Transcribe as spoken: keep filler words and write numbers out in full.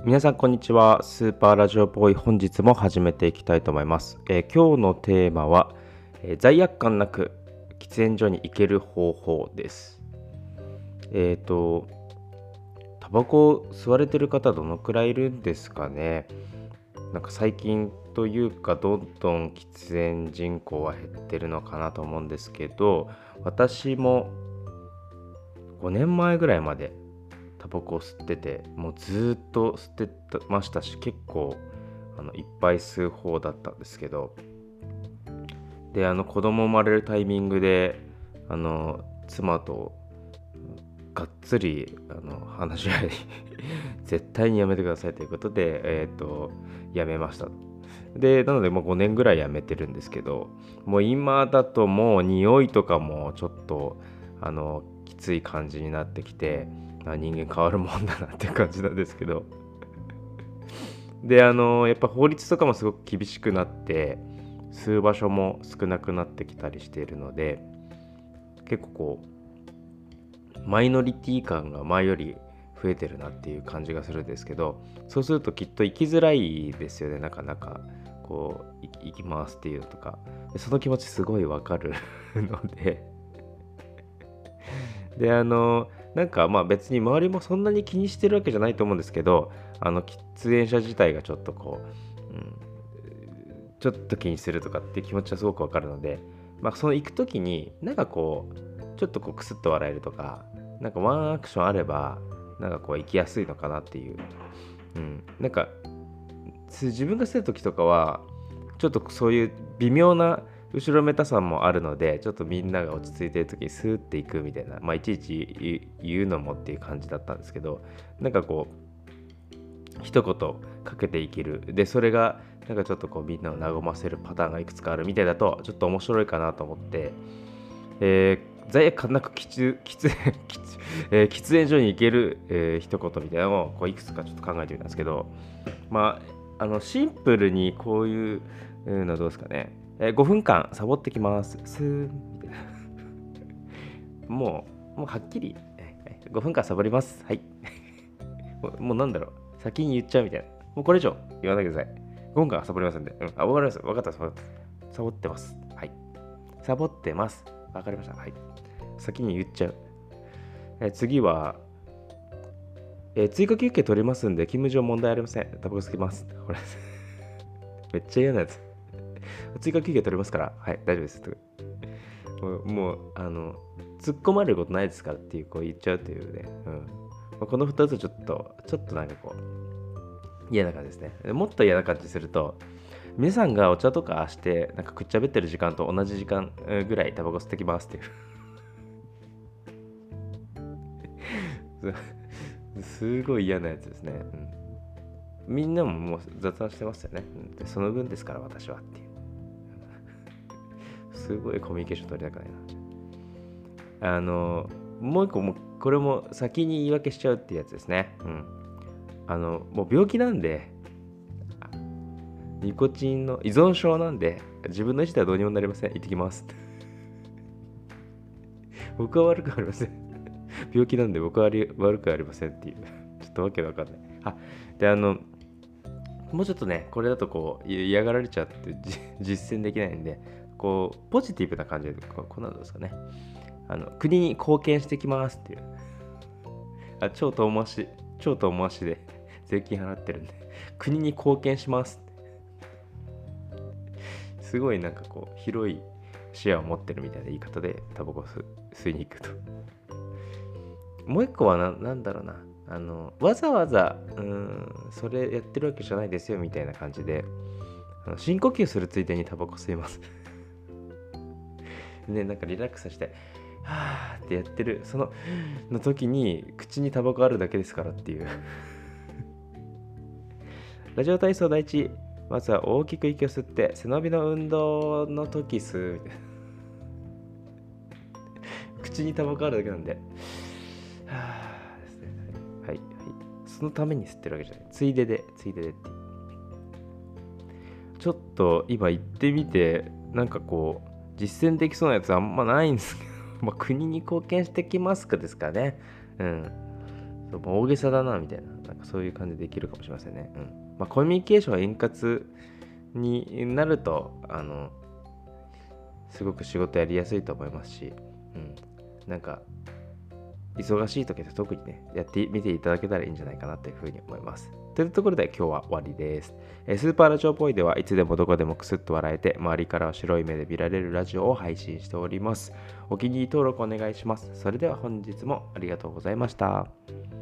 皆さんこんにちは。スーパーラジオボーイ、本日も始めていきたいと思います。えー今日のテーマは、えー罪悪感なく喫煙所に行ける方法です。えっ、とタバコ吸われてる方どのくらいいるんですかね。なんか最近というかどんどん喫煙人口は減ってるのかなと思うんですけど、私もごねんまえぐらいまでタバコを吸ってて、もうずーっと吸ってましたし、結構あのいっぱい吸う方だったんですけど、であの子供生まれるタイミングであの妻とがっつりあの話し合い絶対にやめてくださいということで、えっ、とやめました。でなのでもうごねんぐらいやめてるんですけど、もう今だともう匂いとかもちょっとあのきつい感じになってきて、あ人間変わるもんだなっていう感じなんですけど、であのやっぱ法律とかもすごく厳しくなって、吸う場所も少なくなってきたりしているので、結構こうマイノリティ感が前より増えてるなっていう感じがするんですけど、そうするときっと生きづらいですよね。なかなかこう行きますっていうのとか、その気持ちすごいわかるのでであのなんかまあ別に周りもそんなに気にしてるわけじゃないと思うんですけど、あの喫煙者自体がちょっとこう、うん、ちょっと気にするとかっていう気持ちはすごくわかるので、まあ、その行く時になんかこうちょっとこうクスッと笑えるとか、なんかワンアクションあればなんかこう行きやすいのかなっていう、うん、なんか自分がしてる時とかはちょっとそういう微妙な後ろめたさもあるので、ちょっとみんなが落ち着いてる時にスーっていくみたいな、まあいちいち言うのもっていう感じだったんですけど、なんかこう一言かけていける、でそれがなんかちょっとこうみんなを和ませるパターンがいくつかあるみたいだとちょっと面白いかなと思って、えー、罪悪感なく喫喫煙えー喫煙所に行ける、えー一言みたいなのをこういくつかちょっと考えてみたんですけど、まああのシンプルにこういうのどうですかね。えーごふんかんサボってきます。スーみたいな。もう、もうはっきり、えーごふんかんサボります。はい。もうもうなんだろう。先に言っちゃうみたいな。もうこれ以上言わないでください。ごふんかんサボりますんで。うん。あ、わかります。わかった。サボったサボってます。はい。サボってます。わかりました。はい。先に言っちゃう。えー次は、えー追加休憩取れますんで、勤務上問題ありません。タバコ吸きます。これめっちゃ嫌なやつ。追加休憩取れますから、はい、大丈夫です。もう、もうあの、突っ込まれることないですからっていう、こう言っちゃうというね。うん。まあ、このふたつちょっと、ちょっとなんかこう、嫌な感じですね。もっと嫌な感じすると、皆さんがお茶とかして、なんかくっちゃべってる時間と同じ時間ぐらいタバコ吸ってきますっていう。すごい嫌なやつですね。うん、みんなももう雑談してますよね。でその分ですから私はっていう。すごいコミュニケーション取りたくないな。あの、もう一個も、これも先に言い訳しちゃうっていうやつですね。うん。あの、もう病気なんで、ニコチンの依存症なんで、自分の意思ではどうにもなりません。行ってきます。僕は悪くありません。病気なんで僕は悪くありませんっていう。ちょっとわけわかんない。あ、で、あの、もうちょっとね、これだとこう、嫌がられちゃって実践できないんで、こう、ポジティブな感じで、ここんなのですかね。あの、国に貢献してきますっていう。あ、超遠回し、超遠回しで税金払ってるんで、国に貢献します。すごいなんかこう、広い視野を持ってるみたいな言い方でタバコ吸いに行くと。もう一個はな、なんだろうな。あの、わざわざ、うーん、それやってるわけじゃないですよみたいな感じで、あの深呼吸するついでにタバコ吸います。ね、なんかリラックスして、はーってやってる、その、の時に、口にタバコあるだけですからっていう。ラジオ体操第一、まずは大きく息を吸って、背伸びの運動の時吸うみたいな。口にタバコあるだけなんで、はーですね。はい、はい。そのために吸ってるわけじゃない。ついでで、ついででっていう。ちょっと今言ってみて、なんかこう、実践できそうなやつあんまないんですけど、まあ、国に貢献してきますかですかね。うん。 もう大げさだなみたいな、なんかそういう感じでできるかもしれませんね。うん。まあ、コミュニケーション円滑になると、あの、すごく仕事やりやすいと思いますし、うん。なんか、忙しい時で特にね、やってみていただけたらいいんじゃないかなというふうに思います。というところで今日は終わりです。えースーパーラジオボーイではいつでもどこでもクスッと笑えて、周りからは白い目で見られるラジオを配信しております。お気に入り登録お願いします。それでは本日もありがとうございました。